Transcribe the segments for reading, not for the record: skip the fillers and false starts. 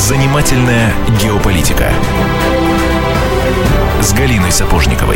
Занимательная геополитика с Галиной Сапожниковой.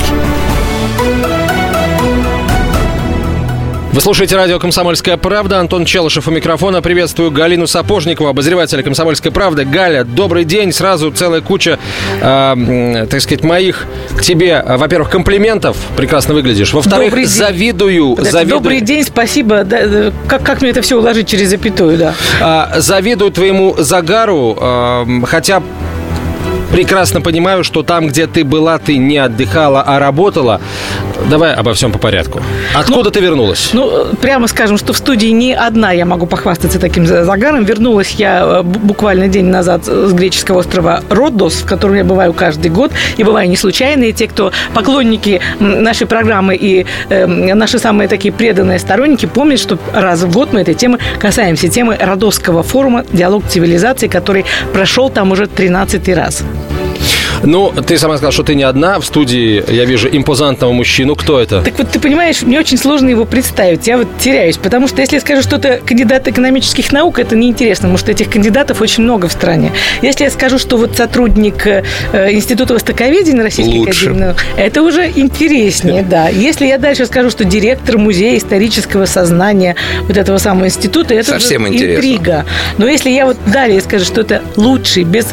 Вы слушаете радио «Комсомольская правда». Антон Челышев у микрофона. Приветствую Галину Сапожникову, обозревателя «Комсомольской правды». Галя, добрый день. Сразу целая куча, так сказать, моих к тебе, во-первых, комплиментов. Прекрасно выглядишь. Во-вторых, завидую. Добрый день, спасибо. Да, как мне это все уложить через запятую, да? Завидую твоему загару, хотя... Прекрасно понимаю, что там, где ты была, ты не отдыхала, а работала. Давай обо всем по порядку. Откуда ты вернулась? Прямо скажем, что в студии не одна я могу похвастаться таким загаром. Вернулась я буквально день назад с греческого острова Родос, в котором я бываю каждый год. И бываю не случайно. И те, кто поклонники нашей программы и наши самые такие преданные сторонники, помнят, что раз в год мы этой темы касаемся. Темы Родосского форума «Диалог цивилизаций», который прошел там уже 13-й раз. Ну, ты сама сказала, что ты не одна. В студии я вижу импозантного мужчину. Кто это? Так вот, ты понимаешь, мне очень сложно его представить. Я вот теряюсь, потому что если я скажу, что это кандидат экономических наук, это неинтересно, потому что этих кандидатов очень много в стране. Если я скажу, что вот сотрудник Института востоковедения Российской Академии наук, это уже интереснее, да. Если я дальше скажу, что директор Музея исторического сознания вот этого самого института, это совсем уже интрига. Но если я вот далее скажу, что это лучший, без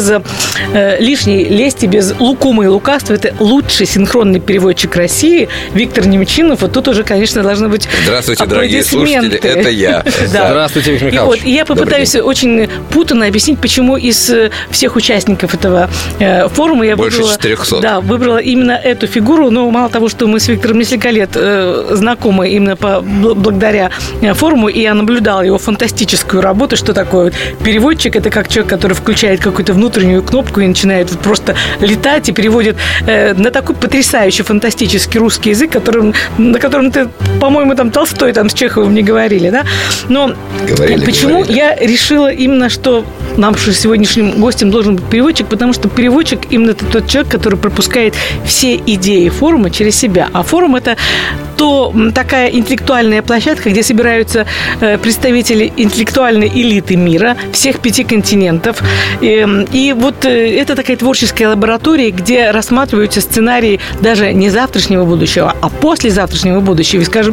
лишней лести, без лукума и лукавства, это лучший синхронный переводчик России Виктор Немчинов. Вот тут уже, конечно, должны быть Здравствуйте, дорогие слушатели, это я. Здравствуйте, Виктор Михайлович. И я попытаюсь очень путанно объяснить, почему из всех участников этого форума я выбрала именно эту фигуру. Но мало того, что мы с Виктором несколько лет знакомы именно благодаря форуму, и я наблюдала его фантастическую работу, что такое вот переводчик. Это как человек, который включает какую-то внутреннюю кнопку и начинает просто летать и переводит на такой потрясающий, фантастический русский язык, на котором ты, по-моему, там Толстой там с Чеховым не говорили, да? Но почему я решила именно, что нашим сегодняшним гостем должен быть переводчик, потому что переводчик именно тот человек, который пропускает все идеи форума через себя. А форум – это такая интеллектуальная площадка, где собираются представители интеллектуальной элиты мира, всех 5 континентов. И вот это такая творческая лаборатория, где рассматриваются сценарии даже не завтрашнего будущего, а послезавтрашнего будущего. И, скажем,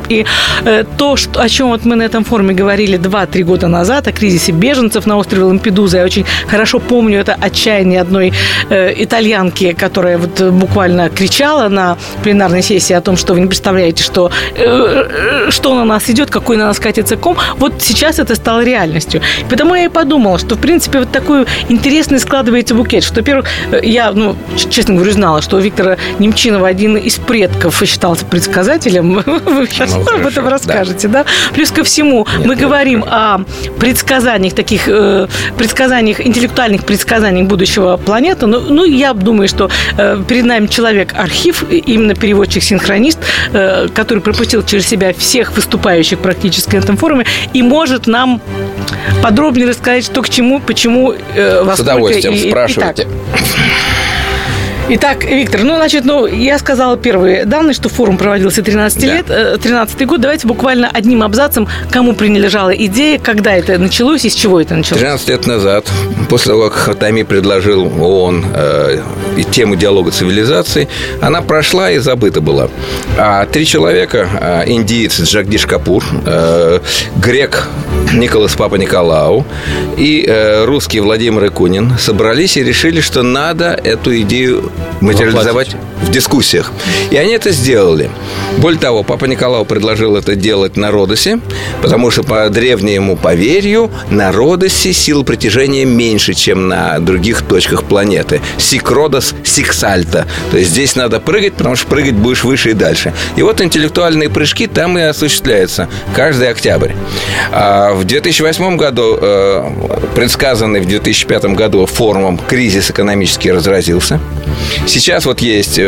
о чем вот мы на этом форуме говорили 2-3 года назад, о кризисе беженцев на острове Лампедуза. Я очень хорошо помню это отчаяние одной итальянки, которая вот буквально кричала на пленарной сессии о том, что вы не представляете, что на нас идет, какой на нас катится ком. Вот сейчас это стало реальностью. И потому я и подумала, что, в принципе, вот такой интересный складывается букет, что, во-первых, я, честно говорю, знала, что у Виктора Немчинова один из предков считался предсказателем. Вы сейчас об этом расскажете, да? Плюс ко всему, мы говорим о предсказаниях, интеллектуальных предсказаниях будущего планеты. Я думаю, что перед нами человек-архив, именно переводчик-синхронист, который пропустил через себя всех выступающих практически на этом форуме и может нам подробнее рассказать, что к чему, почему, во сколько. С удовольствием спрашивайте. Итак, Виктор, я сказала первые данные, что форум проводился 13-й год. Давайте буквально одним абзацем, кому принадлежала идея, когда это началось и с чего это началось. 13 лет назад, после того, как Хатами предложил ООН тему диалога цивилизаций, она прошла и забыта была. А 3 человека, индиец Джагдиш Капур, грек Николас Папа-Николау и русский Владимир Икунин собрались и решили, что надо эту идею материализовать в дискуссиях. И они это сделали. Более того, Папа Николау предложил это делать на Родосе, потому что по древнему поверью на Родосе сила притяжения меньше, чем на других точках планеты. Сик Родос, сик сальто. То есть здесь надо прыгать, потому что прыгать будешь выше и дальше. И вот интеллектуальные прыжки там и осуществляются каждый октябрь. А в 2008 году, предсказанный в 2005 году форумом, кризис экономический разразился. Сейчас вот есть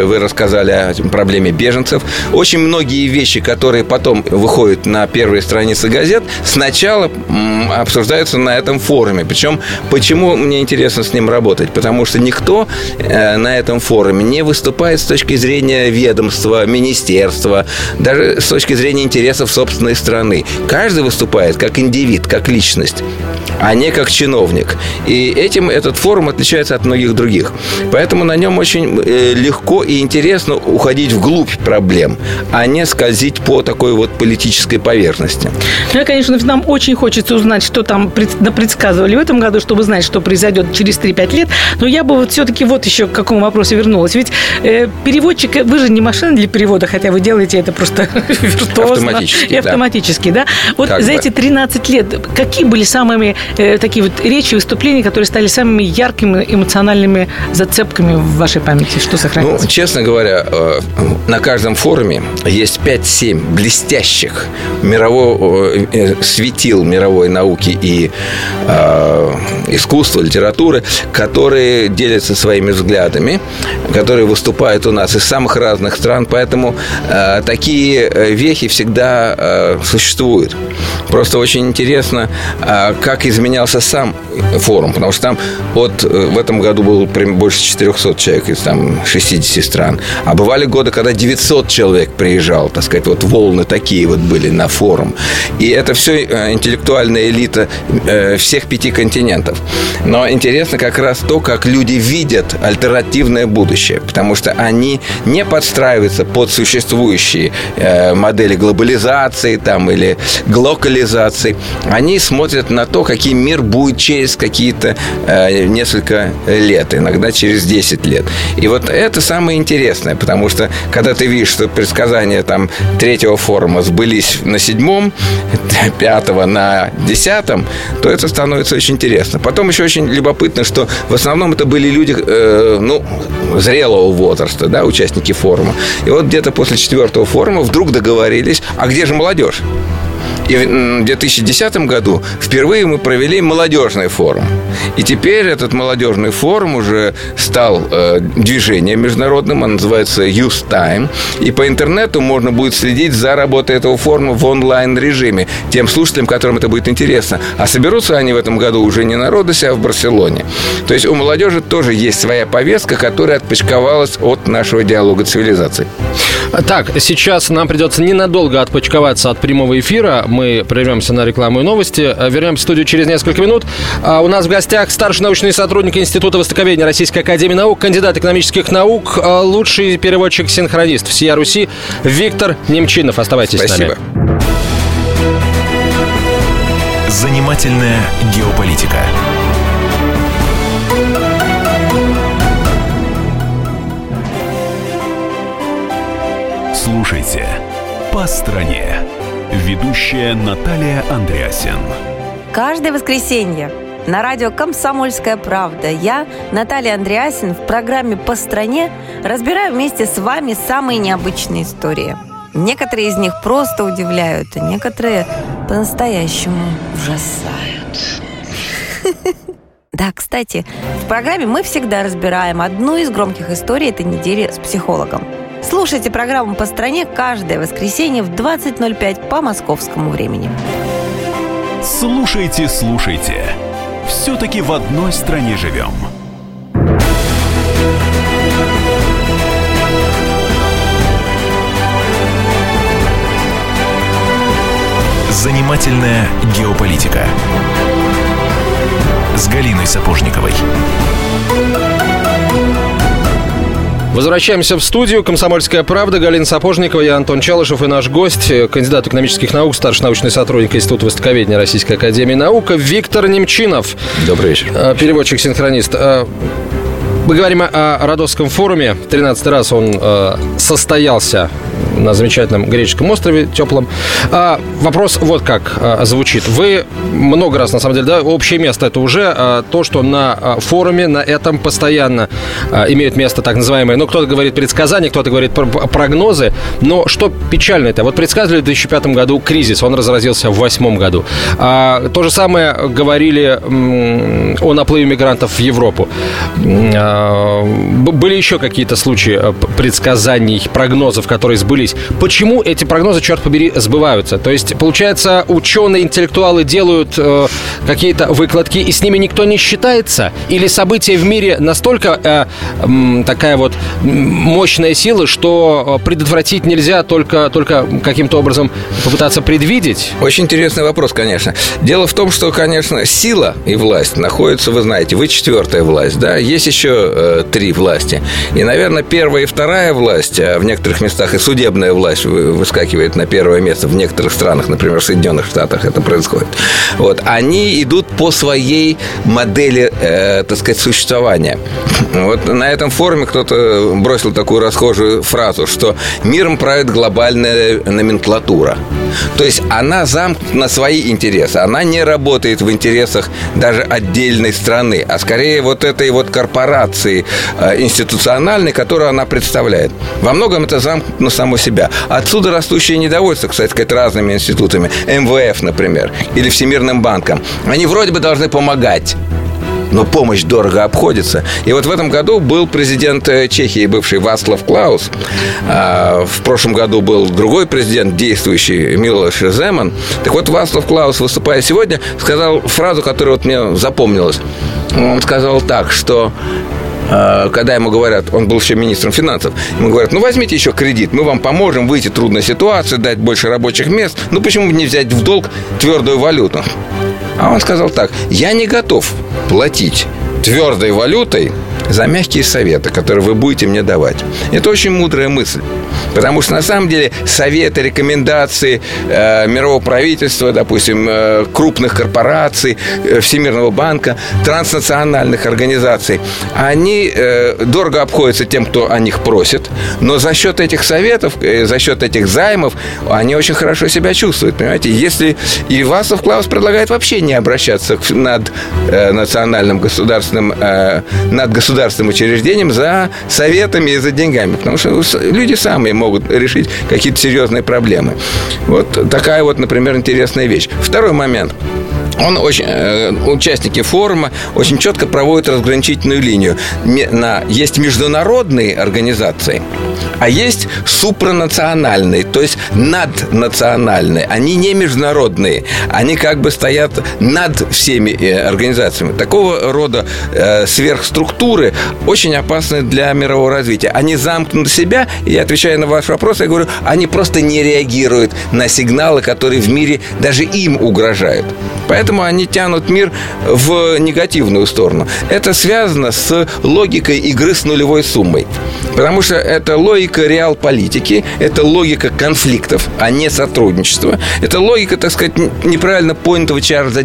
вы рассказали о проблеме беженцев. Очень многие вещи, которые потом выходят на первые страницы газет, сначала обсуждаются на этом форуме. Причем, почему мне интересно с ним работать? Потому что никто на этом форуме не выступает с точки зрения ведомства, министерства, даже с точки зрения интересов собственной страны. Каждый выступает как индивид, как личность, а не как чиновник. И этим этот форум отличается от многих других. Поэтому на нем очень легко и интересно уходить вглубь проблем, а не скользить по такой вот политической поверхности. Ну, конечно, нам очень хочется узнать, что там предсказывали в этом году, чтобы знать, что произойдет через 3-5 лет. Но я бы вот все-таки вот еще к какому вопросу вернулась. Ведь переводчик, вы же не машина для перевода, хотя вы делаете это просто виртуозно. Автоматически, да? Вот за эти 13 лет какие были самыми такие вот речи, выступления, которые стали самыми яркими эмоциональными зацепками в вашей памяти? Что сохранилось? Ну, честно говоря, на каждом форуме есть 5-7 блестящих светил мировой науки и искусства, литературы, которые делятся своими взглядами, которые выступают у нас из самых разных стран. Поэтому такие вехи всегда существуют. Просто очень интересно, как изменялся сам форум, потому что там в этом году было больше 400 человек из там 60 стран. А бывали годы, когда 900 человек приезжал, так сказать, вот волны такие вот были на форум. И это все интеллектуальная элита всех 5 континентов. Но интересно как раз то, как люди видят альтернативное будущее, потому что они не подстраиваются под существующие модели глобализации там, или глокализации. Они смотрят на то, каким мир будет через какие-то несколько лет, иногда через 10 лет. И вот это самое интересное, потому что когда ты видишь, что предсказания там 3-го форума сбылись на 7-м, 5-го на 10-м, то это становится очень интересно. Потом еще очень любопытно, что в основном это были люди, зрелого возраста, да, участники форума. И вот где-то после 4-го форума вдруг договорились, а где же молодежь? И в 2010 году впервые мы провели молодежный форум. И теперь этот молодежный форум уже стал движением международным. Он называется Youth Time. И по интернету можно будет следить за работой этого форума в онлайн-режиме. Тем слушателям, которым это будет интересно. А соберутся они в этом году уже не на Родосе, а в Барселоне. То есть у молодежи тоже есть своя повестка, которая отпочковалась от нашего диалога цивилизаций. Так, сейчас нам придется ненадолго отпочковаться от прямого эфира. Мы прервемся на рекламу и новости. Вернемся в студию через несколько минут. У нас в гостях старший научный сотрудник Института востоковедения Российской академии наук, кандидат экономических наук, лучший переводчик-синхронист всея Руси Виктор Немчинов. Оставайтесь с нами. Занимательная геополитика. Слушайте «По стране». Ведущая Наталья Андреасен. Каждое воскресенье на радио «Комсомольская правда» я, Наталья Андреасен, в программе «По стране» разбираю вместе с вами самые необычные истории. Некоторые из них просто удивляют, а некоторые по-настоящему ужасают. Да, кстати, в программе мы всегда разбираем одну из громких историй этой недели с психологом. Слушайте программу «По стране» каждое воскресенье в 20:05 по московскому времени. Слушайте. Все-таки в одной стране живем. Занимательная геополитика. С Галиной Сапожниковой. Возвращаемся в студию. «Комсомольская правда». Галина Сапожникова, я Антон Чалышев и наш гость, кандидат экономических наук, старший научный сотрудник Института востоковедения Российской академии наук Виктор Немчинов. Добрый вечер. Переводчик-синхронист. Мы говорим о Родосском форуме. 13-й раз он состоялся на замечательном греческом острове теплом. Вопрос вот как звучит. Вы много раз, на самом деле, да, общее место это уже то, что на форуме, на этом постоянно имеют место так называемые, ну, кто-то говорит предсказания, кто-то говорит прогнозы, но что печально это? Вот предсказывали в 2005 году кризис, он разразился в 2008 году. То же самое говорили о наплыве мигрантов в Европу. Были еще какие-то случаи предсказаний, прогнозов, которые сбылись. Почему эти прогнозы, черт побери, сбываются? То есть, получается, ученые, интеллектуалы делают какие-то выкладки, и с ними никто не считается? Или события в мире настолько такая вот мощная сила, что предотвратить нельзя, только каким-то образом попытаться предвидеть? Очень интересный вопрос, конечно. Дело в том, что, конечно, сила и власть находятся, вы знаете, вы четвертая власть, да, есть еще три власти. И, наверное, первая и вторая власть, в некоторых местах и судебная власть выскакивает на первое место, в некоторых странах, например, в Соединенных Штатах это происходит. Вот, они идут по своей модели, так сказать, существования. Вот на этом форуме кто-то бросил такую расхожую фразу, что миром правит глобальная номенклатура. То есть она замкнута на свои интересы. Она не работает в интересах даже отдельной страны, а скорее вот этой вот корпорации институциональной, которую она представляет. Во многом это замкнуто на саму себя. Отсюда растущее недовольство, кстати сказать, разными институтами. МВФ, например, или Всемирным банком. Они вроде бы должны помогать, но помощь дорого обходится. И вот в этом году был президент Чехии, бывший Вацлав Клаус. В прошлом году был другой президент, действующий, Милош Земан. Так вот, Вацлав Клаус, выступая сегодня, сказал фразу, которая вот мне запомнилась. Он сказал так, что когда ему говорят, он был еще министром финансов, ему говорят, ну, возьмите еще кредит, мы вам поможем выйти из трудной ситуации, дать больше рабочих мест, ну, почему бы не взять в долг твердую валюту? А он сказал так: я не готов платить твердой валютой за мягкие советы, которые вы будете мне давать. Это очень мудрая мысль. Потому что, на самом деле, советы, рекомендации мирового правительства, допустим, крупных корпораций, Всемирного банка, транснациональных организаций, они дорого обходятся тем, кто о них просит, но за счет этих советов, за счет этих займов они очень хорошо себя чувствуют, понимаете? Если и Вацлав Клаус предлагает вообще не обращаться над национальным государственным, над государственным учреждением за советами и за деньгами, потому что люди сами могут решить какие-то серьезные проблемы. Вот такая вот, например, интересная вещь. Второй момент. Участники форума очень четко проводят разграничительную линию. Есть международные организации, а есть супранациональные, то есть наднациональные. Они не международные. Они как бы стоят над всеми организациями. Такого рода сверхструктуры очень опасны для мирового развития. Они замкнуты в себя, и, отвечая на ваш вопрос, я говорю, они просто не реагируют на сигналы, которые в мире даже им угрожают. Поэтому они тянут мир в негативную сторону. Это связано с логикой игры с нулевой суммой. Потому что это логика реал-политики, это логика конфликтов, а не сотрудничества. Это логика, так сказать, неправильно понятого Чарльза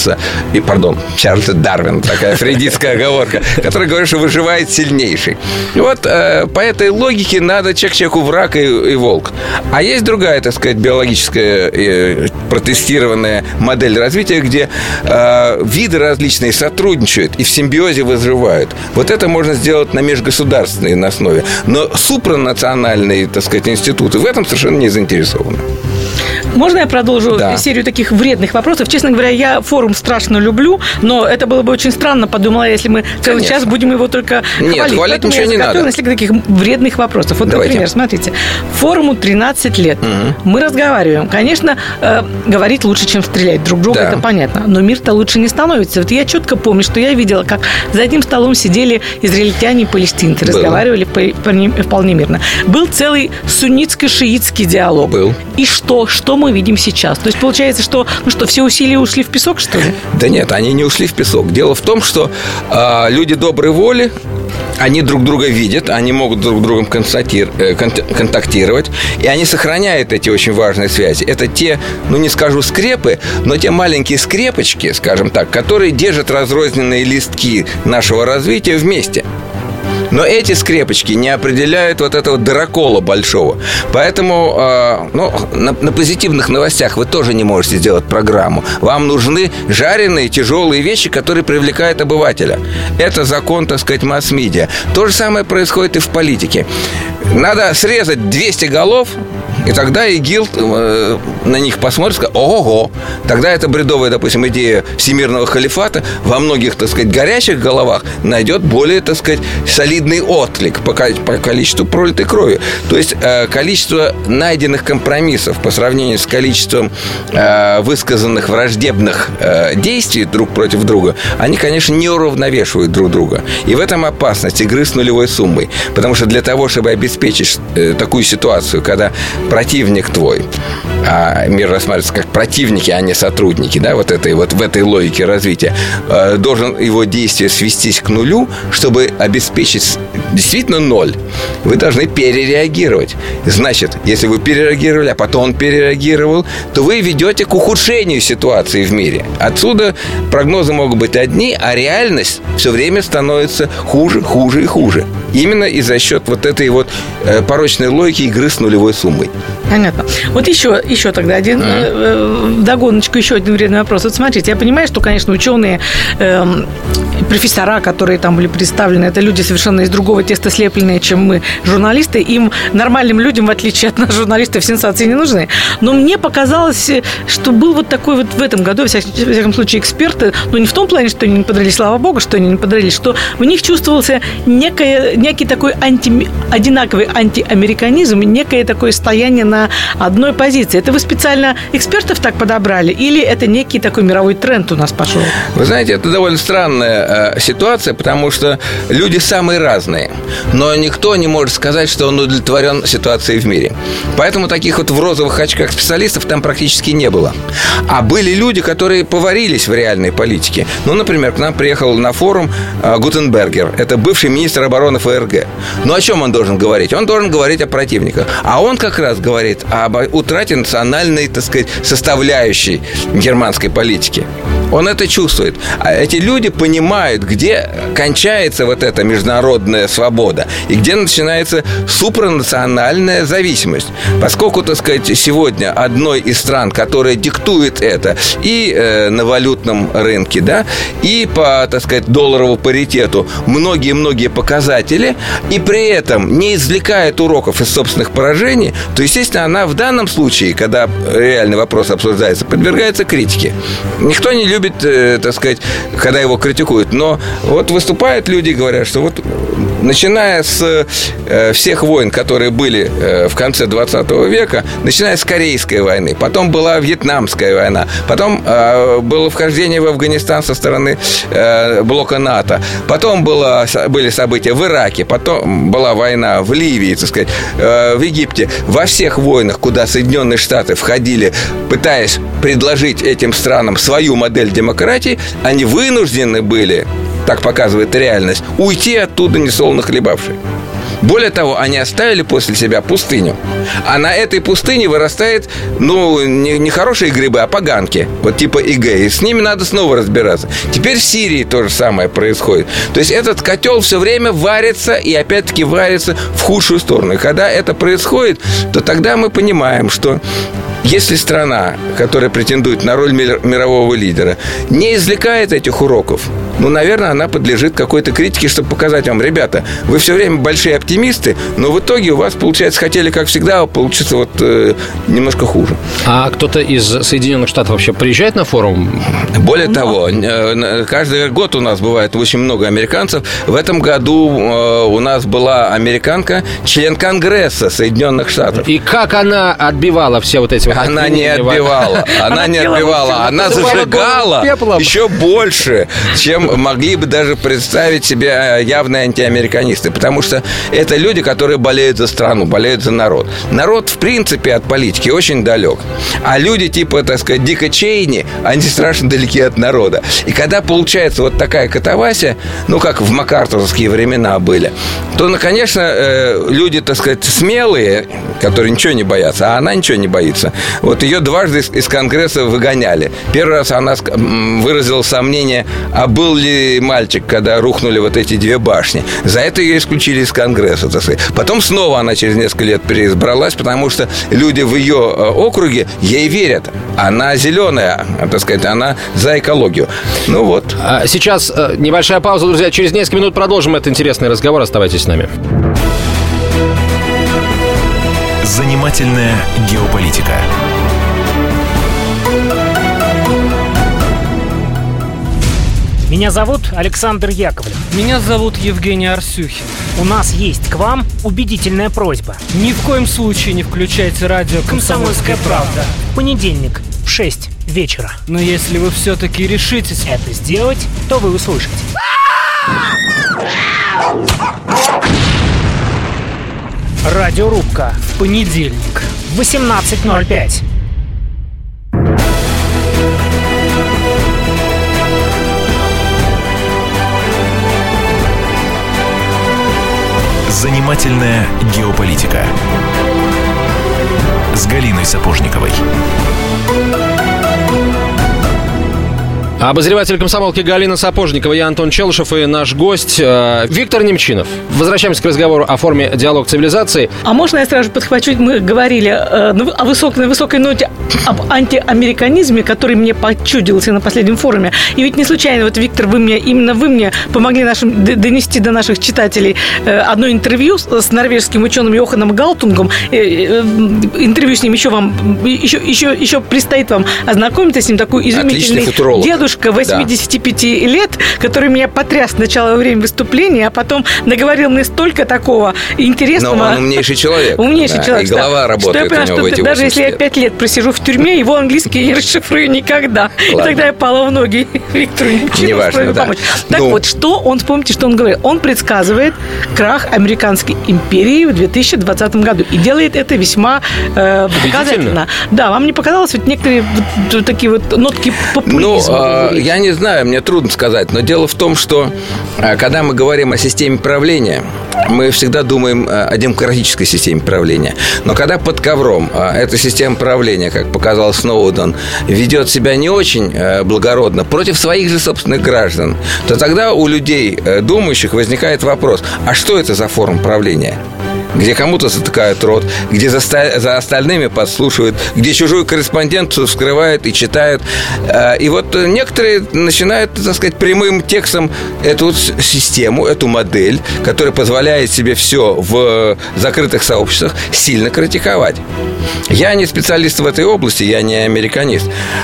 Дарвина, такая фрейдистская оговорка, которая говорит, что выживает сильнейший. Вот по этой логике надо человеку враг и волк. А есть другая, так сказать, биологическая протестированная модель развития, где виды различные сотрудничают и в симбиозе выживают. Вот это можно сделать на межгосударственной основе. Но супранациональные, так сказать, институты в этом совершенно не заинтересованы. Можно я продолжу серию таких вредных вопросов? Честно говоря, я форум страшно люблю, но это было бы очень странно, подумала я, если мы целый час будем его только хвалить. Нет, хвалить ничего не надо. Несколько таких вредных вопросов. Вот, давайте. Например, смотрите, форуму 13 лет. Мы разговариваем. Конечно, говорить лучше, чем стрелять друг друга, это понятно. Но мир-то лучше не становится. Вот я четко помню, что я видела, как за одним столом сидели израильтяне и палестинцы, разговаривали вполне мирно. Был целый суннитско-шиитский диалог. Был. И что мы видим сейчас? То есть получается, что все усилия ушли в песок, что ли? Да нет, они не ушли в песок. Дело в том, что люди доброй воли, они друг друга видят, они могут друг с другом контактировать, и они сохраняют эти очень важные связи. Это те, не скажу скрепы, но те маленькие скрепочки, скажем так, которые держат разрозненные листки нашего развития вместе. Но эти скрепочки не определяют вот этого дырокола большого. Поэтому на позитивных новостях вы тоже не можете сделать программу. Вам нужны жареные, тяжелые вещи, которые привлекают обывателя. Это закон, так сказать, масс-медиа. То же самое происходит и в политике. Надо срезать 200 голов, и тогда ИГИЛ на них посмотрит и скажет: ого-го. Тогда эта бредовая, допустим, идея всемирного халифата во многих, так сказать, горячих головах найдет более, так сказать, солидный отклик по количеству пролитой крови. То есть количество найденных компромиссов по сравнению с количеством высказанных враждебных действий друг против друга, они, конечно, не уравновешивают друг друга. И в этом опасность игры с нулевой суммой. Потому что для того, чтобы обеспечить такую ситуацию, когда противник твой, мир рассматривается как противники, а не сотрудники, да, вот в этой логике развития, должен его действие свестись к нулю, чтобы обеспечить действительно ноль. Вы должны перереагировать. Значит, если вы перереагировали, а потом он перереагировал, то вы ведете к ухудшению ситуации в мире. Отсюда прогнозы могут быть одни, а реальность все время становится хуже, хуже и хуже. Именно и за счет вот этой вот порочной логики игры с нулевой суммой. Понятно. Вот еще тогда один догоночку, еще один вредный вопрос. Вот смотрите, я понимаю, что, конечно, ученые, профессора, которые там были представлены, это люди совершенно из другого теста слепленные, чем мы, журналисты. Им, нормальным людям, в отличие от нас, журналистов, сенсации не нужны. Но мне показалось, что был вот такой вот в этом году, во всяком случае, эксперты, но не в том плане, что они не подарили, слава богу, что они не подарили, что в них чувствовался некий такой одинаковый антиамериканизм, некое такое стояние на одной позиции. Это вы специально экспертов так подобрали? Или это некий такой мировой тренд у нас пошел? Вы знаете, это довольно странная ситуация, потому что люди самые разные. Но никто не может сказать, что он удовлетворен ситуацией в мире. Поэтому таких вот в розовых очках специалистов там практически не было. А были люди, которые поварились в реальной политике. Ну, например, к нам приехал на форум Гутенбергер. Это бывший министр обороны ФРГ. Ну, о чем он должен говорить? Он должен говорить о противниках. А он как раз говорит об утрате национальной, так сказать, составляющей германской политики. Он это чувствует. А эти люди понимают, где кончается вот эта международная свобода и где начинается супранациональная зависимость. Поскольку, так сказать, сегодня одной из стран, которая диктует это и на валютном рынке, да, и по, так сказать, долларовому паритету многие-многие показатели, и при этом не извлекает уроков из собственных поражений, то, естественно, она в данном случае, когда реальный вопрос обсуждается, подвергается критике. Никто не любит, так сказать, когда его критикуют. Но вот выступают люди и говорят, что вот начиная с всех войн, которые были в конце 20 века, начиная с Корейской войны, потом была Вьетнамская война, потом было вхождение в Афганистан со стороны блока НАТО, потом были события в Ираке, потом была война в Ливии, так сказать, в Египте. Во всех войнах, куда Соединенные Штаты входили, пытаясь предложить этим странам свою модель демократии, они вынуждены были, так показывает реальность, уйти оттуда несолоно хлебавшие. Более того, они оставили после себя пустыню. А на этой пустыне вырастает, не хорошие грибы, а поганки. Вот типа ИГ. И с ними надо снова разбираться. Теперь в Сирии то же самое происходит. То есть этот котел все время варится и опять-таки варится в худшую сторону. И когда это происходит, то тогда мы понимаем, что если страна, которая претендует на роль мирового лидера, не извлекает этих уроков, наверное, она подлежит какой-то критике, чтобы показать вам: ребята, вы все время большие оптимисты, но в итоге у вас, получается, хотели, как всегда, а получится немножко хуже. А кто-то из Соединенных Штатов вообще приезжает на форум? Более того, каждый год у нас бывает очень много американцев. В этом году у нас была американка, член Конгресса Соединенных Штатов. И как она отбивала все вот эти... Она не отбивала. Она зажигала еще больше, чем могли бы даже представить себе явные антиамериканисты. Потому что это люди, которые болеют за страну, болеют за народ. Народ, в принципе, от политики очень далек. А люди типа, так сказать, Дика Чейни, они страшно далеки от народа. И когда получается вот такая катавасия, как в маккартуровские времена были, то, конечно, люди, так сказать, смелые, которые ничего не боятся, а она ничего не боится. Вот ее дважды из Конгресса выгоняли. Первый раз она выразила сомнение, а был ли мальчик, когда рухнули вот эти 2 башни. За это ее исключили из Конгресса, так сказать. Потом снова она через несколько лет переизбралась, потому что люди в ее округе ей верят. Она зеленая, так сказать, она за экологию. Ну вот. Сейчас небольшая пауза, друзья. Через несколько минут продолжим этот интересный разговор. Оставайтесь с нами. Занимательная геополитика. Меня зовут Александр Яковлев. Меня зовут Евгений Арсюхин. У нас есть к вам убедительная просьба. Ни в коем случае не включайте радио «Комсомольская правда». В понедельник в 6 вечера. Но если вы все-таки решитесь это сделать, то вы услышите. Радиорубка. В понедельник в 18:05. Занимательная геополитика с Галиной Сапожниковой. Обозреватель комсомолки Галина Сапожникова, я Антон Челышев и наш гость Виктор Немчинов. Возвращаемся к разговору о форме диалога цивилизации. А можно я сразу подхвачу? Мы говорили о высокой ноте об антиамериканизме, который мне почудился на последнем форуме. И ведь не случайно, вот, Виктор, вы мне помогли донести до наших читателей одно интервью с норвежским ученым Йоханом Галтунгом. Интервью с ним еще предстоит вам ознакомиться с ним. Такой изумительный дедушка 85 лет, который меня потряс сначала во время выступления, а потом наговорил мне столько такого интересного. Но он умнейший человек. Умнейший человек, и голова работает что я поняла, у него в эти 80 даже если я 5 лет просижу в тюрьме, его английский я не расшифрую никогда. Ладно. И тогда я пала в ноги Виктору Немчинову помочь. Так вот, вспомните, что он говорит. Он предсказывает крах американской империи в 2020 году. И делает это весьма показательно. Да, вам не показалось вот некоторые вот такие вот нотки популизма? Я не знаю, мне трудно сказать. Но дело в том, что когда мы говорим о системе правления, мы всегда думаем о демократической системе правления. Но когда под ковром эта система правления, как показал Сноуден, ведет себя не очень благородно против своих же собственных граждан, то тогда у людей, думающих, возникает вопрос: а что это за форма правления? Где кому-то затыкают рот, где за остальными подслушивают, где чужую корреспонденцию вскрывают и читают. И вот некоторые начинают, так сказать, прямым текстом эту систему, эту модель, которая позволяет себе все в закрытых сообществах, сильно критиковать. Я не специалист в этой области, я не американист.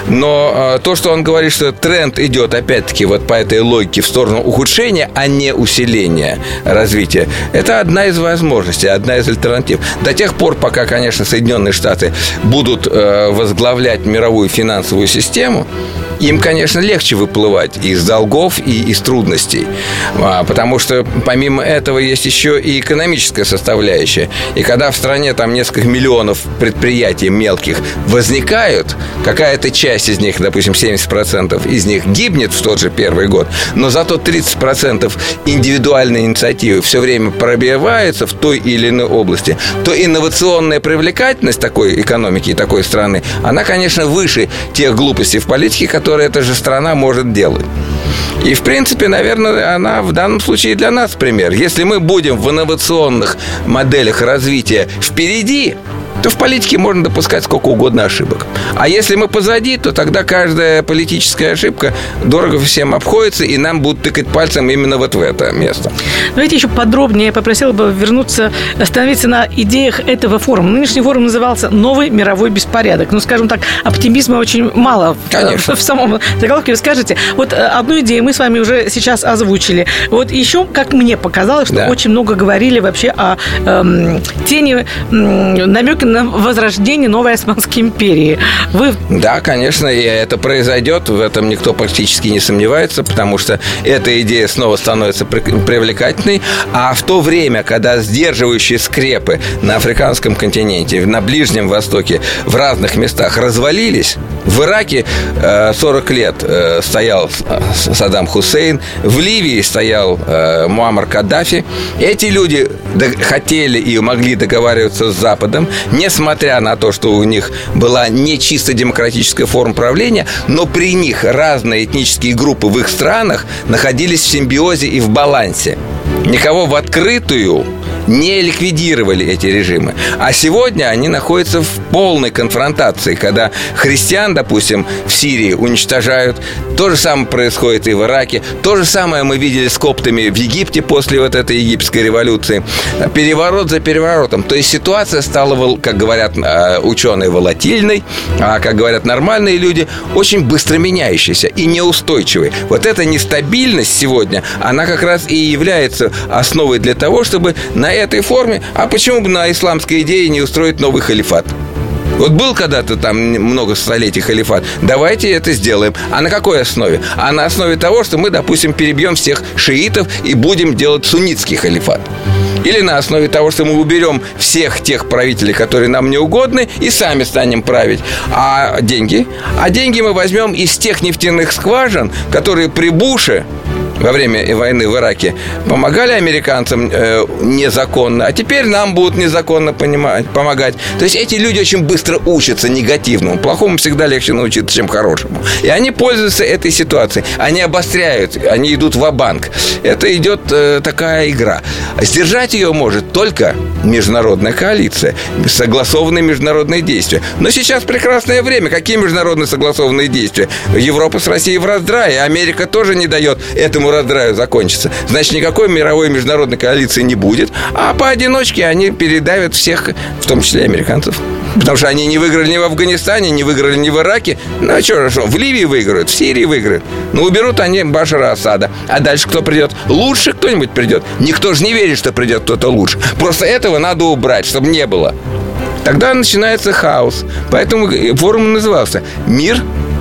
Но то, что он говорит, что тренд идет, опять-таки, вот по этой логике в сторону ухудшения, а не усиления развития, это одна из возможностей, одна из альтернатив. До тех пор, пока, конечно, Соединенные Штаты будут возглавлять мировую финансовую систему, им, конечно, легче выплывать из долгов и из трудностей. Потому что помимо этого есть еще и экономическая составляющая. И когда в стране там несколько миллионов предприятий мелких возникают, какая-то часть из них, допустим, 70% из них гибнет в тот же первый год, но зато 30% индивидуальной инициативы все время пробивается в той или иной области, то инновационная привлекательность такой экономики и такой страны, она, конечно, выше тех глупостей в политике, которые эта же страна может делать. И, в принципе, наверное, она в данном случае для нас пример. Если мы будем в инновационных моделях развития впереди, то в политике можно допускать сколько угодно ошибок. А если мы позади, то тогда каждая политическая ошибка дорого всем обходится, и нам будут тыкать пальцем именно вот в это место. Давайте еще подробнее. Я попросила бы остановиться на идеях этого форума. Нынешний форум назывался «Новый мировой беспорядок». Ну, скажем так, оптимизма очень мало в самом заголовке. Вы скажете, вот одну идею мы с вами уже сейчас озвучили. Вот еще, как мне показалось, что очень много говорили вообще о тени, намеки на возрождение новой Османской империи. Да, конечно, и это произойдет. В этом никто практически не сомневается, потому что эта идея снова становится привлекательной. А в то время, когда сдерживающие скрепы на африканском континенте, на Ближнем Востоке, в разных местах развалились, В Ираке 40 лет стоял Саддам Хусейн, в Ливии стоял Муаммар Каддафи. Эти люди хотели и могли договариваться с Западом, несмотря на то, что у них была не чисто демократическая форма правления, но при них разные этнические группы в их странах находились в симбиозе и в балансе. Никого в открытую не ликвидировали эти режимы. А сегодня они находятся в полной конфронтации, когда христиан, допустим, в Сирии уничтожают. То же самое происходит и в Ираке. То же самое мы видели с коптами в Египте после вот этой египетской революции. Переворот за переворотом. То есть ситуация стала, как говорят ученые, волатильной, а, как говорят нормальные люди, очень быстро меняющейся и неустойчивой. Вот эта нестабильность сегодня, она как раз и является основой для того, чтобы на этой форме, а почему бы на исламской идее не устроить новый халифат? Вот был когда-то там много столетий халифат. Давайте это сделаем. А на какой основе? А на основе того, что мы, допустим, перебьем всех шиитов и будем делать суннитский халифат. Или на основе того, что мы уберем всех тех правителей, которые нам не угодны, и сами станем править. А деньги? А деньги мы возьмем из тех нефтяных скважин, которые при Буше во время войны в Ираке помогали американцам незаконно, а теперь нам будут незаконно помогать. То есть эти люди очень быстро учатся негативному. Плохому всегда легче научиться, чем хорошему. И они пользуются этой ситуацией. Они обостряют, они идут ва-банк. Это идет такая игра. Сдержать ее может только международная коалиция, согласованные международные действия. Но сейчас прекрасное время. Какие международные согласованные действия? Европа с Россией в раздрае, Америка тоже не дает этому раздраю закончится. Значит, никакой мировой международной коалиции не будет, а поодиночке они передавят всех, в том числе американцев. Потому что они не выиграли ни в Афганистане, не выиграли ни в Ираке. Ну, а что, в Ливии выиграют, в Сирии выиграют. Ну, уберут они Башара Асада. А дальше кто придет? Лучше кто-нибудь придет? Никто же не верит, что придет кто-то лучше. Просто этого надо убрать, чтобы не было. Тогда начинается хаос. Поэтому форум назывался «Мир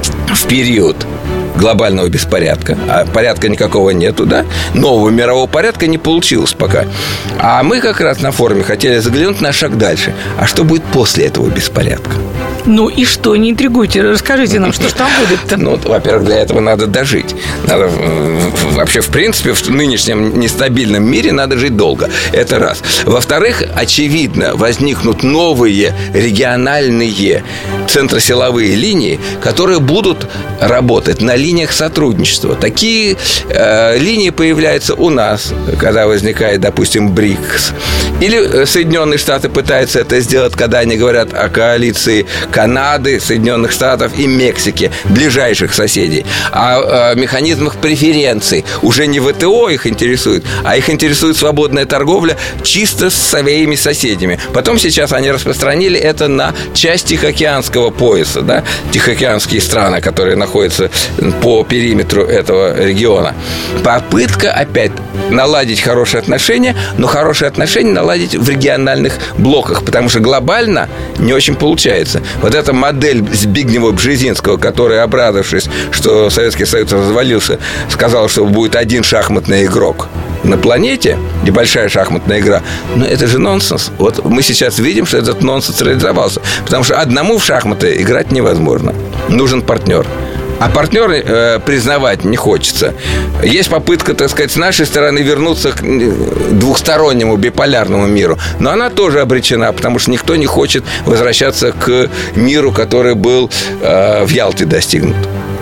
в период глобального беспорядка». А порядка никакого нету, да? Нового мирового порядка не получилось пока. А мы как раз на форуме хотели заглянуть на шаг дальше. А что будет после этого беспорядка? Ну и что? Не интригуйте, расскажите нам, что же там будет-то. Ну, во-первых, для этого надо дожить. Надо вообще, в принципе, в нынешнем нестабильном мире надо жить долго. Это раз. Во-вторых, очевидно, возникнут новые региональные центросиловые линии, которые будут работать на линиях сотрудничества. Такие линии появляются у нас, когда возникает, допустим, БРИКС. Или Соединенные Штаты пытаются это сделать, когда они говорят о коалиции Канады, Соединенных Штатов и Мексики, ближайших соседей. О механизмах преференций. Уже не ВТО их интересует, а их интересует свободная торговля чисто с своими соседями. Потом сейчас они распространили это на часть Тихоокеанского пояса, да? Тихоокеанские страны, которые находятся по периметру этого региона. Попытка опять наладить хорошие отношения, но хорошие отношения наладить в региональных блоках, потому что глобально не очень получается. Вот эта модель Збигнева-Бжезинского, который, обрадовавшись, что Советский Союз развалился, сказал, что будет один шахматный игрок на планете, небольшая шахматная игра. Но это же нонсенс. Вот мы сейчас видим, что этот нонсенс реализовался. Потому что одному в шахматы играть невозможно. Нужен партнер. А партнера признавать не хочется. Есть попытка, так сказать, с нашей стороны вернуться к двухстороннему биполярному миру. Но она тоже обречена, потому что никто не хочет возвращаться к миру, который был в Ялте достигнут.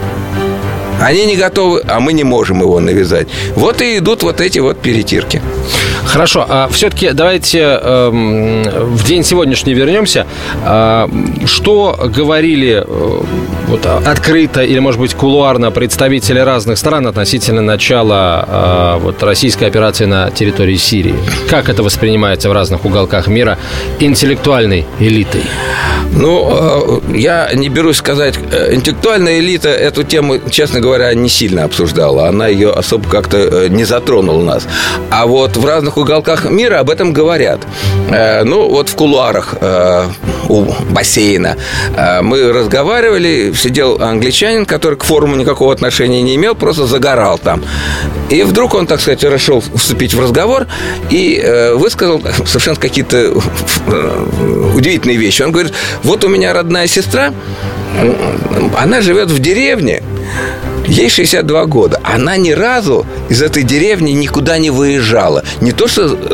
Они не готовы, а мы не можем его навязать. Вот и идут вот эти вот перетирки. Хорошо, а все-таки давайте в день сегодняшний вернемся. Что говорили вот, открыто или, может быть, кулуарно представители разных стран относительно начала вот, российской операции на территории Сирии? Как это воспринимается в разных уголках мира интеллектуальной элитой? Ну, я не берусь сказать, интеллектуальная элита эту тему, честно говоря, не сильно обсуждала. Она ее особо как-то не затронула нас. А вот в разных уголках мира об этом говорят. Ну, вот в кулуарах у бассейна мы разговаривали, сидел англичанин, который к форуму никакого отношения не имел, просто загорал там. И вдруг он, так сказать, решил вступить в разговор и высказал совершенно какие-то удивительные вещи. Он говорит: вот у меня родная сестра, она живет в деревне. Ей 62 года. Она ни разу из этой деревни никуда не выезжала. Не то,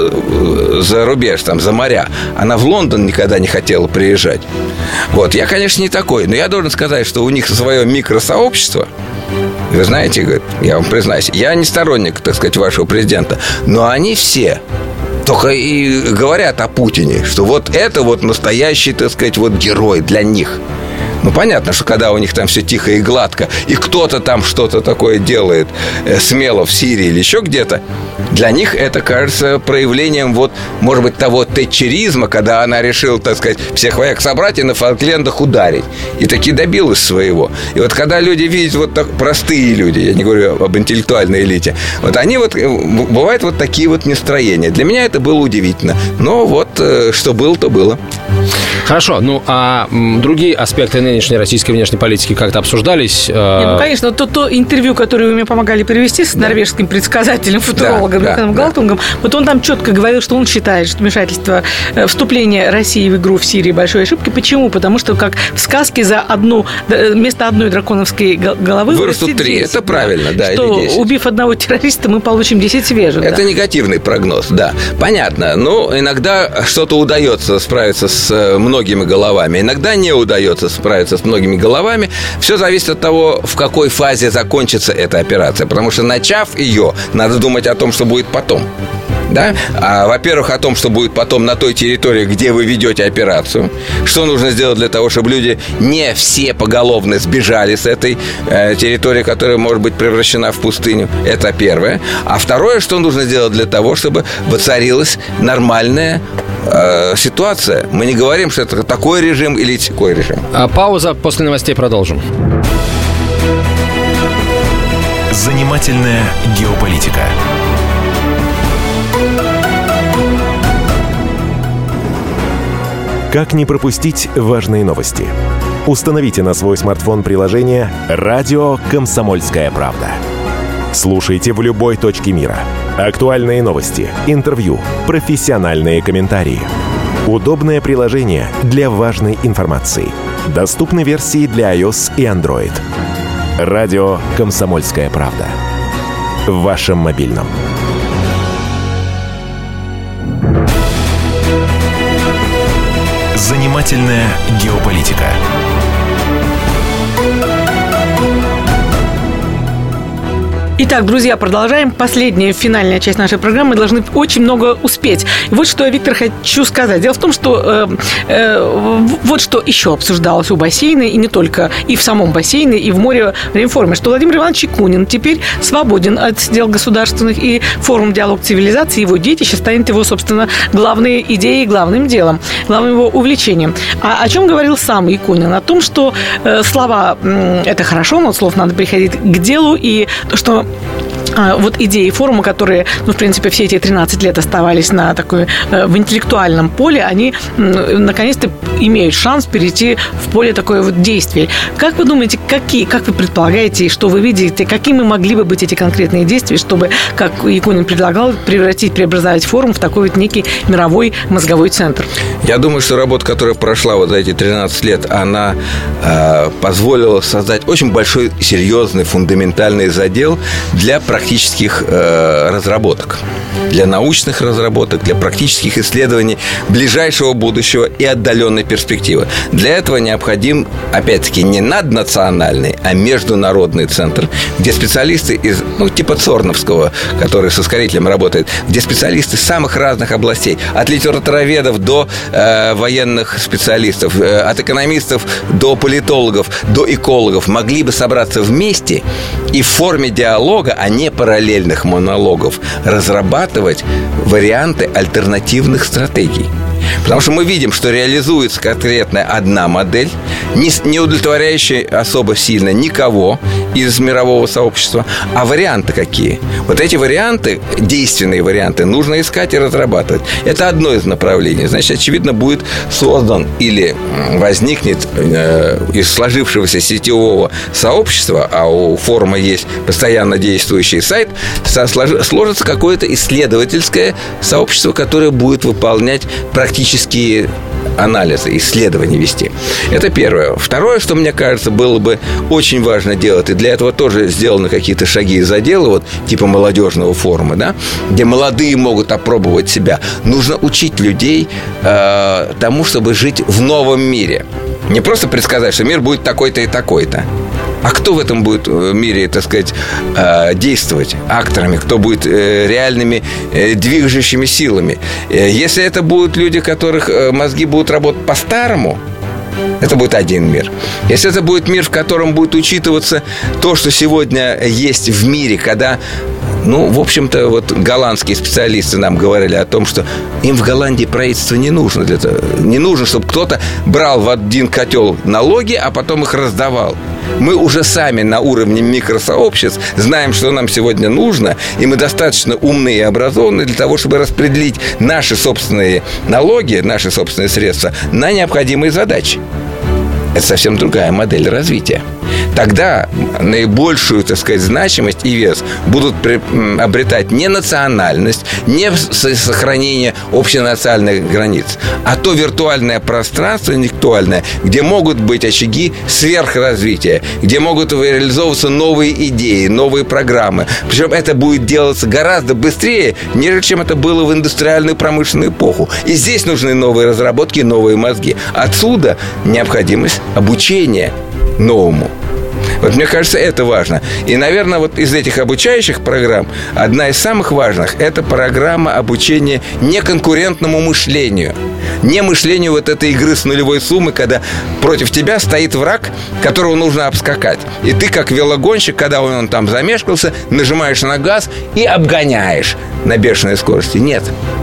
что за рубеж, там, за моря. Она в Лондон никогда не хотела приезжать. Вот. Я, конечно, не такой. Но я должен сказать, что у них свое микросообщество. Вы знаете, говорит, я вам признаюсь, я не сторонник, так сказать, вашего президента. Но они все только и говорят о Путине, что вот это вот настоящий, так сказать, вот герой для них. Ну, понятно, что когда у них там все тихо и гладко, и кто-то там что-то такое делает смело в Сирии или еще где-то, для них это кажется проявлением, вот, может быть, того тэтчеризма, когда она решила, так сказать, всех вояк собрать и на Фолклендах ударить. И таки добилась своего. И вот когда люди видят, вот так, простые люди, я не говорю об интеллектуальной элите, вот они вот, бывают вот такие вот настроения. Для меня это было удивительно. Но вот, что было, то было. Хорошо, ну, а другие аспекты нынешней российской внешней политики как-то обсуждались? Ну, конечно, то интервью, которое вы мне помогали перевести с норвежским предсказателем, футурологом Йоханом Галтунгом, вот он там четко говорил, что он считает, что вмешательство, вступление России в игру в Сирии большой ошибкой. Почему? Потому что, как в сказке, вместо одной драконовской головы вырастут 3. Это правильно, да, что, или 10. Убив одного террориста, мы получим 10 свежих. Это негативный прогноз, да. Понятно. Но иногда что-то удается справиться с многими головами, иногда не удается справиться с многими головами. Все зависит от того, в какой фазе закончится эта операция. Потому что, начав ее, надо думать о том, что будет потом. Да? Во-первых, о том, что будет потом на той территории, где вы ведете операцию. Что нужно сделать для того, чтобы люди не все поголовно сбежали с этой территории, которая может быть превращена в пустыню. Это первое. А второе, что нужно сделать для того, чтобы воцарилась нормальная ситуация. Мы не говорим, что это такой режим или такой режим. Пауза, после новостей продолжим. Занимательная геополитика. Как не пропустить важные новости? Установите на свой смартфон приложение «Радио Комсомольская правда». Слушайте в любой точке мира. Актуальные новости, интервью, профессиональные комментарии. Удобное приложение для важной информации. Доступны версии для iOS и Android. «Радио Комсомольская правда». В вашем мобильном. Занимательная геополитика. Итак, друзья, продолжаем. Последняя, финальная часть нашей программы. Мы должны очень много успеть. И вот что я, Виктор, хочу сказать. Дело в том, что вот что еще обсуждалось у бассейна, и не только, и в самом бассейне, и в море реформе, что Владимир Иванович Якунин теперь свободен от дел государственных, и форум «Диалог цивилизации», его детище, станет его, собственно, главной идеей, главным делом, главным его увлечением. А о чем говорил сам Якунин? О том, что слова – это хорошо, но от слов надо переходить к делу, и то, что вот идеи форума, которые, ну, в принципе, все эти 13 лет оставались на такой, в интеллектуальном поле, они наконец-то имеют шанс перейти в поле такое вот действий. Как вы думаете, как вы предполагаете, что вы видите, какими могли бы быть эти конкретные действия, чтобы, как Якунин предлагал, преобразовать форум в такой вот некий мировой мозговой центр? Я думаю, что работа, которая прошла вот за эти 13 лет, она позволила создать очень большой, серьезный, фундаментальный задел для практических разработок, для научных разработок, для практических исследований ближайшего будущего и отдаленной перспективы. Для этого необходим, опять-таки, не наднациональный, а международный центр, где специалисты из, типа Цорновского, который с ускорителем работает, где специалисты самых разных областей, от литературоведов до военных специалистов, от экономистов до политологов, до экологов могли бы собраться вместе и в форме диалога, а не параллельных монологов, разрабатывать варианты альтернативных стратегий. Потому что мы видим, что реализуется конкретно одна модель, не удовлетворяющая особо сильно никого из мирового сообщества. А варианты какие? Вот эти варианты, действенные варианты, нужно искать и разрабатывать. Это одно из направлений. Значит, очевидно, будет создан или возникнет из сложившегося сетевого сообщества, а у форума есть постоянно действующий сайт, сложится какое-то исследовательское сообщество, которое будет выполнять практические анализы, исследования вести. Это первое. Второе, что, мне кажется, было бы очень важно делать, и для этого тоже сделаны какие-то шаги из отдела, вот типа молодежного форума, да, где молодые могут опробовать себя. Нужно учить людей тому, чтобы жить в новом мире. Не просто предсказать, что мир будет такой-то и такой-то. А кто в этом будет мире, так сказать, действовать акторами? Кто будет реальными движущими силами? Если это будут люди, которых мозги будут работать по-старому, это будет один мир. Если это будет мир, в котором будет учитываться то, что сегодня есть в мире, когда... в общем-то, вот голландские специалисты нам говорили о том, что им в Голландии правительство не нужно для этого. Не нужно, чтобы кто-то брал в один котел налоги, а потом их раздавал. Мы уже сами на уровне микросообществ знаем, что нам сегодня нужно, и мы достаточно умные и образованные для того, чтобы распределить наши собственные налоги, наши собственные средства на необходимые задачи. Это совсем другая модель развития. Тогда наибольшую, так сказать, значимость и вес будут обретать не национальность, не сохранение общенациональных границ, а то виртуальное пространство интеллектуальное, где могут быть очаги сверхразвития, где могут реализовываться новые идеи, новые программы. Причем это будет делаться гораздо быстрее, нежели чем это было в индустриальную промышленную эпоху. И здесь нужны новые разработки, новые мозги. Отсюда необходимость обучения новому. Вот мне кажется, это важно. И, наверное, вот из этих обучающих программ одна из самых важных – это программа обучения неконкурентному мышлению. Не мышлению вот этой игры с нулевой суммы, когда против тебя стоит враг, которого нужно обскакать. И ты, как велогонщик, когда он там замешкался, нажимаешь на газ и обгоняешь на бешеной скорости. Нет.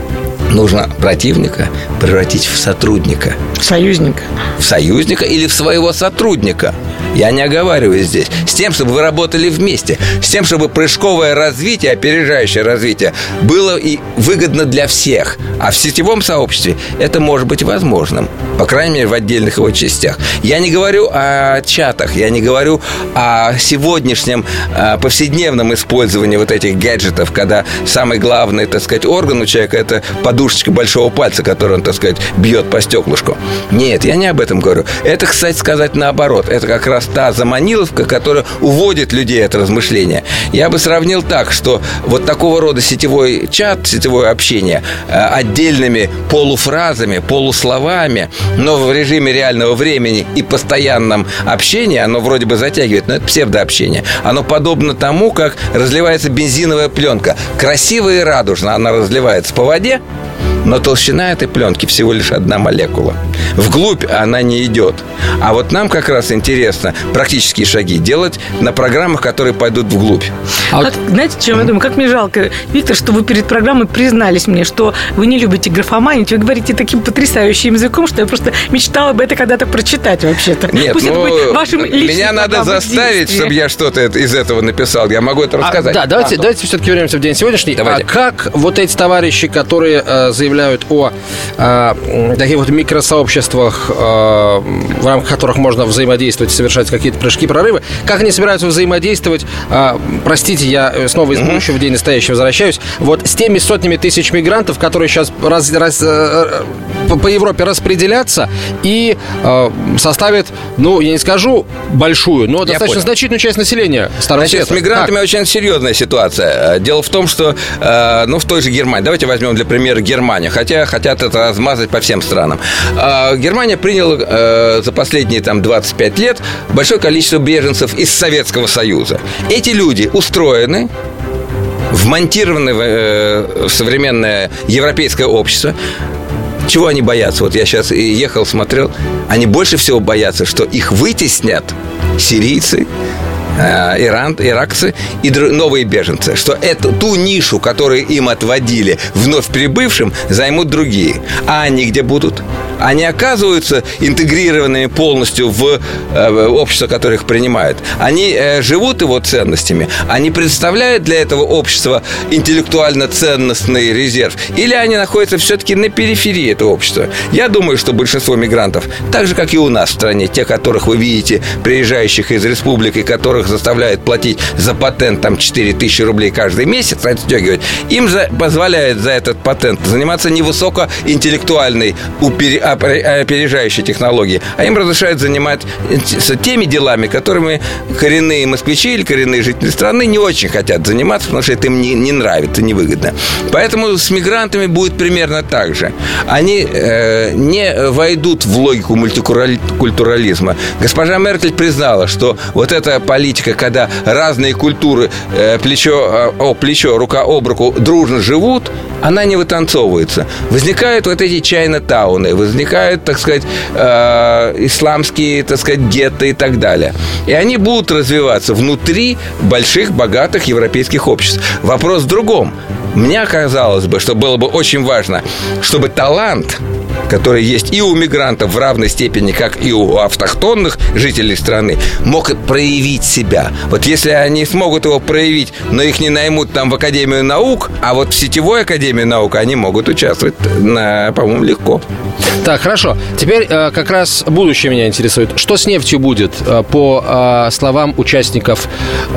Нужно противника превратить в сотрудника. В союзника. В союзника или в своего сотрудника. Я не оговариваю здесь. С тем, чтобы вы работали вместе. С тем, чтобы прыжковое развитие, опережающее развитие было и выгодно для всех. А в сетевом сообществе это может быть возможным. По крайней мере, в отдельных его частях. Я не говорю о чатах. Я не говорю о сегодняшнем повседневном использовании вот этих гаджетов, когда самый главный, так сказать, орган у человека – это подушечка большого пальца, который он, так сказать, бьет по стеклышку. Нет, я не об этом говорю. Это, кстати сказать, наоборот. Это как раз та заманиловка, которая уводит людей от размышления. Я бы сравнил так, что вот такого рода сетевой чат, сетевое общение отдельными полуфразами, полусловами, но в режиме реального времени и постоянном общении, оно вроде бы затягивает, но это псевдообщение. Оно подобно тому, как разливается бензиновая пленка. Красиво и радужно она разливается по воде, но толщина этой пленки всего лишь одна молекула. Вглубь она не идет. А вот нам как раз интересно практические шаги делать на программах, которые пойдут вглубь. Знаете, чем я думаю? Как мне жалко, Виктор, что вы перед программой признались мне, что вы не любите графоманить. Вы говорите таким потрясающим языком, что я просто мечтала бы это когда-то прочитать вообще-то. Нет, пусть это будет вашим личным. Меня надо заставить, чтобы я что-то из этого написал. Я могу это рассказать. Давайте все-таки вернемся в день сегодняшний. Как вот эти товарищи, которые заявляют о таких вот микросообществах, в рамках которых можно взаимодействовать, совершать какие-то прыжки, прорывы, как они собираются взаимодействовать, простите, я снова из будущего в день настоящего возвращаюсь, вот с теми сотнями тысяч мигрантов, которые сейчас по Европе распределятся и составят, я не скажу большую, но достаточно значительную часть населения Старого Света. С мигрантами очень серьезная ситуация. Дело в том, что в той же Германии, давайте возьмем для примера Германию, хотя хотят это размазать по всем странам. Германия приняла за последние 25 лет большое количество беженцев из Советского Союза. Эти люди устроены, вмонтированы в современное европейское общество. Чего они боятся? Вот я сейчас ехал, смотрел. Они больше всего боятся, что их вытеснят сирийцы, иракцы и новые беженцы, что ту нишу, которую им отводили вновь прибывшим, займут другие. А они где будут? Они оказываются интегрированными полностью в общество, которое их принимает. Они живут его ценностями. Они представляют для этого общества интеллектуально-ценностный резерв. Или они находятся все-таки на периферии этого общества. Я думаю, что большинство мигрантов, так же, как и у нас в стране, те, которых вы видите, приезжающих из республик, и которых которых заставляют платить за патент там 4000 рублей каждый месяц, отстегивать, им позволяет за этот патент заниматься не высокоинтеллектуальной, опережающей технологией, а им разрешают заниматься теми делами, которыми коренные москвичи или коренные жители страны не очень хотят заниматься, потому что это им не нравится, невыгодно. Поэтому с мигрантами будет примерно так же. Они не войдут в логику мультикультурализма. Госпожа Меркель признала, что вот эта политика, когда разные культуры плечо об плечо, рука об руку дружно живут, она не вытанцовывается. Возникают вот эти чайна-тауны, возникают, так сказать, исламские, так сказать, гетто и так далее. И они будут развиваться внутри больших, богатых европейских обществ. Вопрос в другом. Мне казалось бы, что было бы очень важно, чтобы талант, который есть и у мигрантов в равной степени, как и у автохтонных жителей страны, мог проявить себя. Вот если они смогут его проявить, но их не наймут там в Академию наук, а вот в сетевой Академии наук они могут участвовать, по-моему, легко. Так, хорошо. Теперь как раз будущее меня интересует. Что с нефтью будет, по словам участников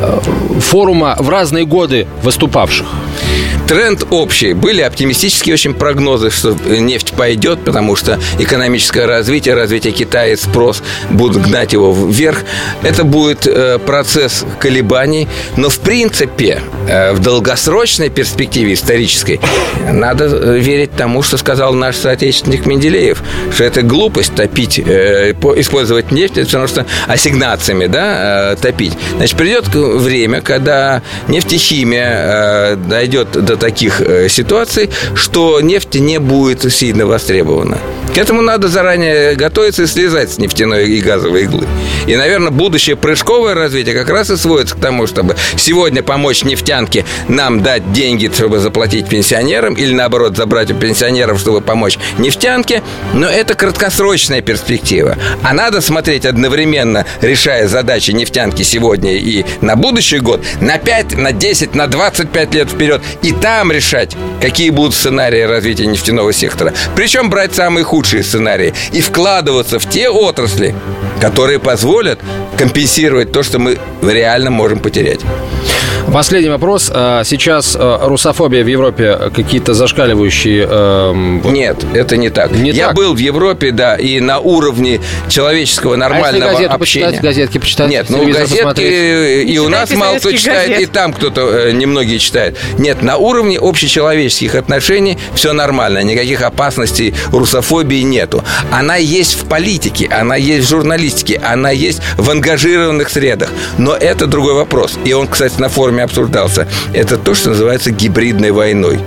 форума, в разные годы выступавших? Тренд общий. Были оптимистические очень прогнозы, что нефть пойдет, потому что экономическое развитие Китая и спрос будут гнать его вверх. Это будет процесс колебаний. Но, в принципе, в долгосрочной перспективе исторической надо верить тому, что сказал наш соотечественник Менделеев, что это глупость топить, использовать нефть, потому что ассигнациями, топить. Значит, придет время, когда нефтехимия дойдет до таких ситуаций, что нефть не будет сильно востребована. К этому надо заранее готовиться и слезать с нефтяной и газовой иглы. И, наверное, будущее прыжковое развитие как раз и сводится к тому, чтобы сегодня помочь нефтянке нам дать деньги, чтобы заплатить пенсионерам, или, наоборот, забрать у пенсионеров, чтобы помочь нефтянке. Но это краткосрочная перспектива. А надо смотреть одновременно, решая задачи нефтянки сегодня и на будущий год, на 5, на 10, на 25 лет вперед. И там решать, какие будут сценарии развития нефтяного сектора. Причем брать самые худшие сценарии и вкладываться в те отрасли, которые позволят компенсировать то, что мы реально можем потерять. Последний вопрос. Сейчас русофобия в Европе какие-то зашкаливающие... Нет, это не так. Я был в Европе, и на уровне человеческого нормального общения. Газетки почитать? Нет, газетки и у нас мало кто читает, и там кто-то немногие читают. Нет, на уровне общечеловеческих отношений все нормально. Никаких опасностей русофобии нету. Она есть в политике, она есть в журналистике, она есть в ангажированных средах. Но это другой вопрос. И он, кстати, на форуме обсуждался. Это то, что называется гибридной войной.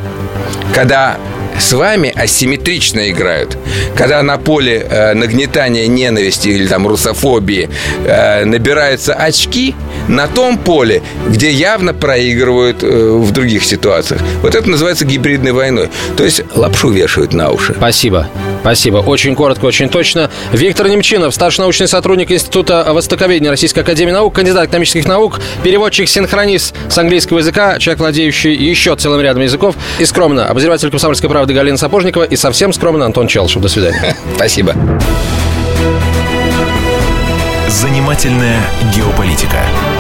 Когда с вами асимметрично играют. Когда на поле нагнетания ненависти или там русофобии набираются очки, на том поле, где явно проигрывают в других ситуациях. Вот это называется гибридной войной. То есть лапшу вешают на уши. Спасибо. Очень коротко, очень точно. Виктор Немчинов, старший научный сотрудник Института востоковедения Российской академии наук, кандидат экономических наук, переводчик-синхронист с английского языка, человек, владеющий еще целым рядом языков. И скромно обозреватель «Комсомольской правды» Галина Сапожникова. И совсем скромно Антон Челышев. До свидания. Спасибо. Занимательная геополитика.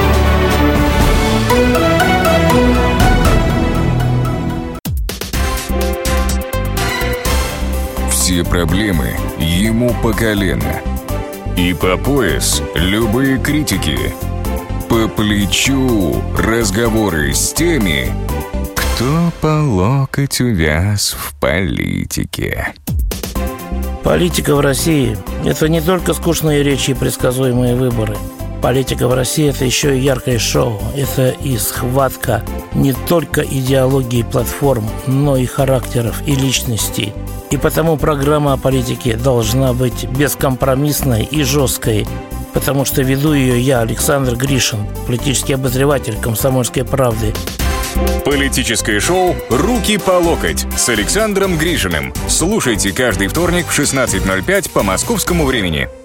Все проблемы ему по колено. И по пояс любые критики. По плечу разговоры с теми, кто по локоть увяз в политике. Политика в России – это не только скучные речи и предсказуемые выборы. Политика в России – это еще и яркое шоу. Это и схватка не только идеологии платформ, но и характеров и личностей. И потому программа о политике должна быть бескомпромиссной и жесткой, потому что веду ее я, Александр Гришин, политический обозреватель «Комсомольской правды». Политическое шоу «Руки по локоть» с Александром Гришиным. Слушайте каждый вторник в 16:05 по московскому времени.